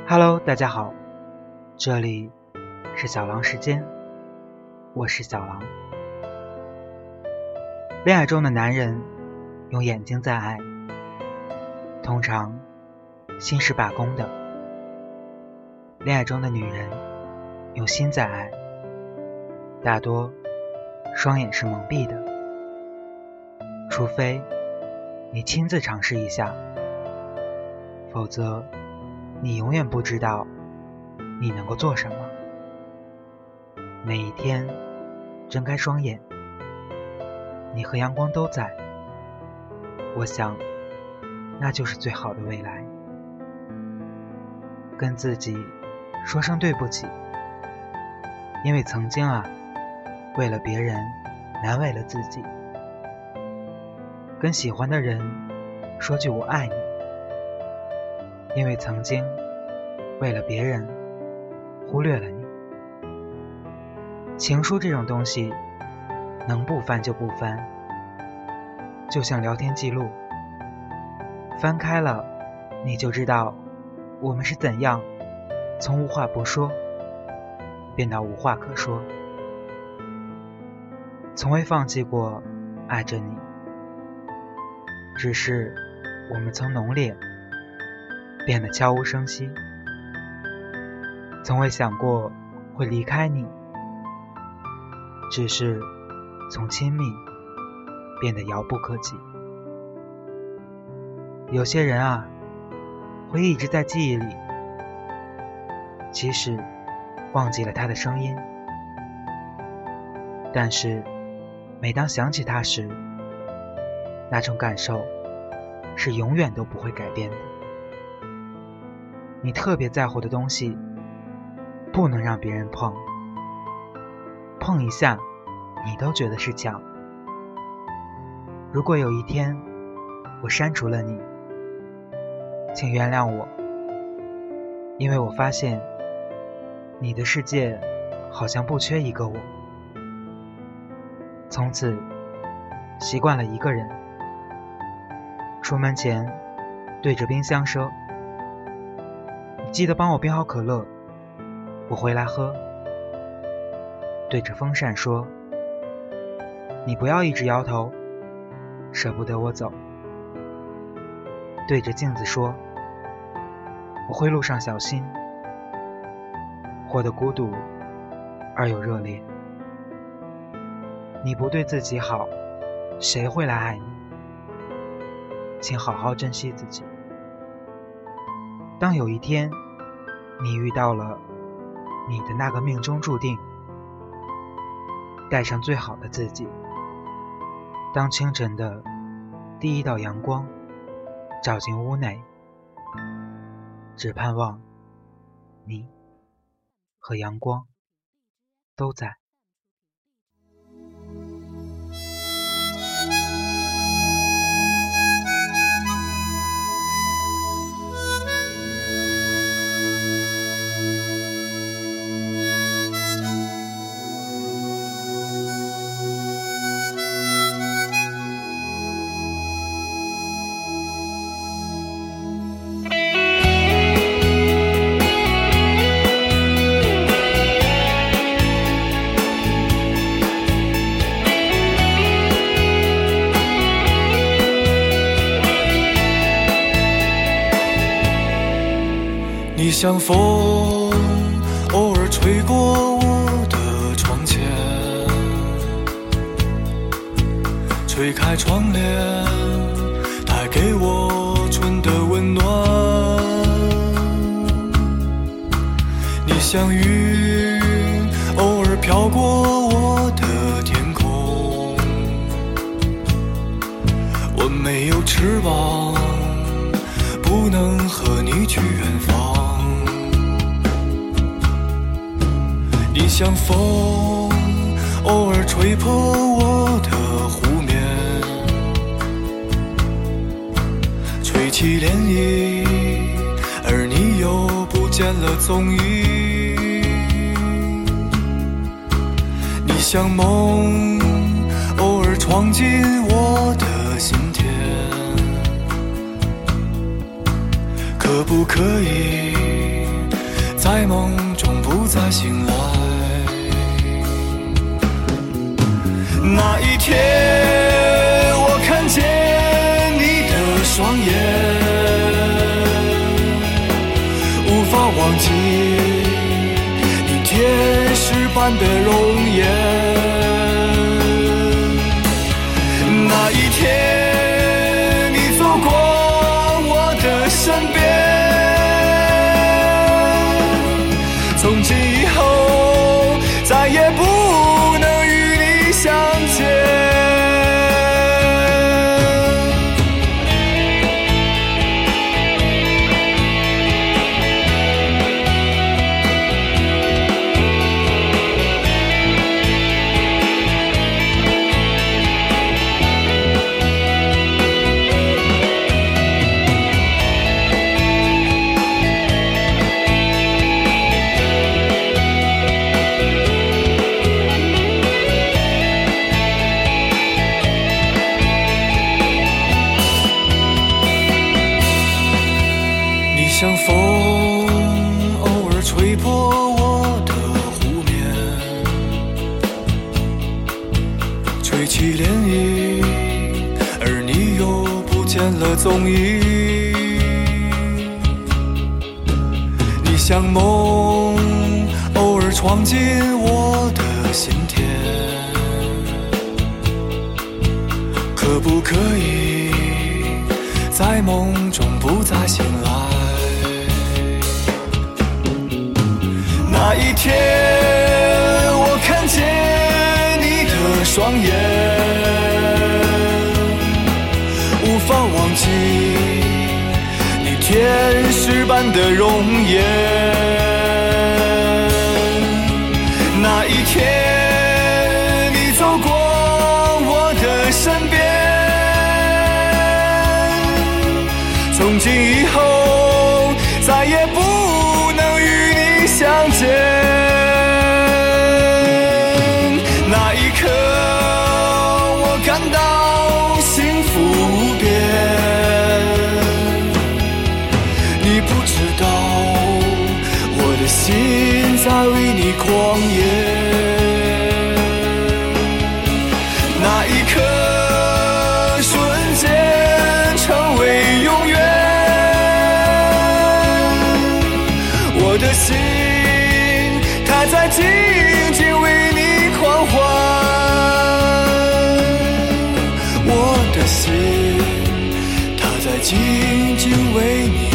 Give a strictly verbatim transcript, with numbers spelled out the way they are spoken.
Hello， 大家好，这里是小狼时间，我是小狼。恋爱中的男人用眼睛在爱，通常心是罢工的；恋爱中的女人用心在爱，大多双眼是蒙蔽的。除非你亲自尝试一下，否则你永远不知道你能够做什么。每一天睁开双眼，你和阳光都在，我想那就是最好的未来。跟自己说声对不起，因为曾经啊，为了别人难为了自己。跟喜欢的人说句我爱你，因为曾经为了别人忽略了你。情书这种东西能不翻就不翻，就像聊天记录，翻开了你就知道我们是怎样从无话不说变到无话可说。从未放弃过爱着你，只是我们从浓烈变得悄无声息。从未想过会离开你，只是从亲密变得遥不可及。有些人啊，会一直在记忆里，即使忘记了他的声音，但是每当想起他时，那种感受是永远都不会改变的。你特别在乎的东西不能让别人碰，碰一下你都觉得是抢。如果有一天我删除了你，请原谅我，因为我发现你的世界好像不缺一个我。从此习惯了一个人，出门前对着冰箱说，你记得帮我冰好可乐，我回来喝。对着风扇说，你不要一直摇头，舍不得我走。对着镜子说，我会路上小心，活得孤独而又热烈。你不对自己好，谁会来爱你？请好好珍惜自己。当有一天你遇到了你的那个命中注定，带上最好的自己。当清晨的第一道阳光照进屋内，只盼望你和阳光都在。 你像风，偶尔吹过我的窗前，吹开窗帘，带给我春的温暖。你像云，偶尔飘过我的天空。我没有翅膀，不能和你去远方。你像风，偶尔吹破我的湖面，吹起涟漪，而你又不见了踪影。你像梦，偶尔闯进我的心田，可不可以在梦中不再醒来。那一天我看见你的双眼，无法忘记你天使般的容颜。那一天你走过我的身边，从今以后再也不能与你相见。像风偶尔吹破我的湖面，吹起涟漪，而你又不见了踪影。你像梦偶尔闯进我的心田，可不可以在梦中不再醒来？那一天我看见你的双眼，无法忘记你天使般的容颜。那一天你走过我的身边，从今以后再也不相见。那一刻我感到幸福无边，你不知道我的心在为你狂野。那一刻瞬间成为永远，我的心它在静静为你狂欢，我的心它在静静为你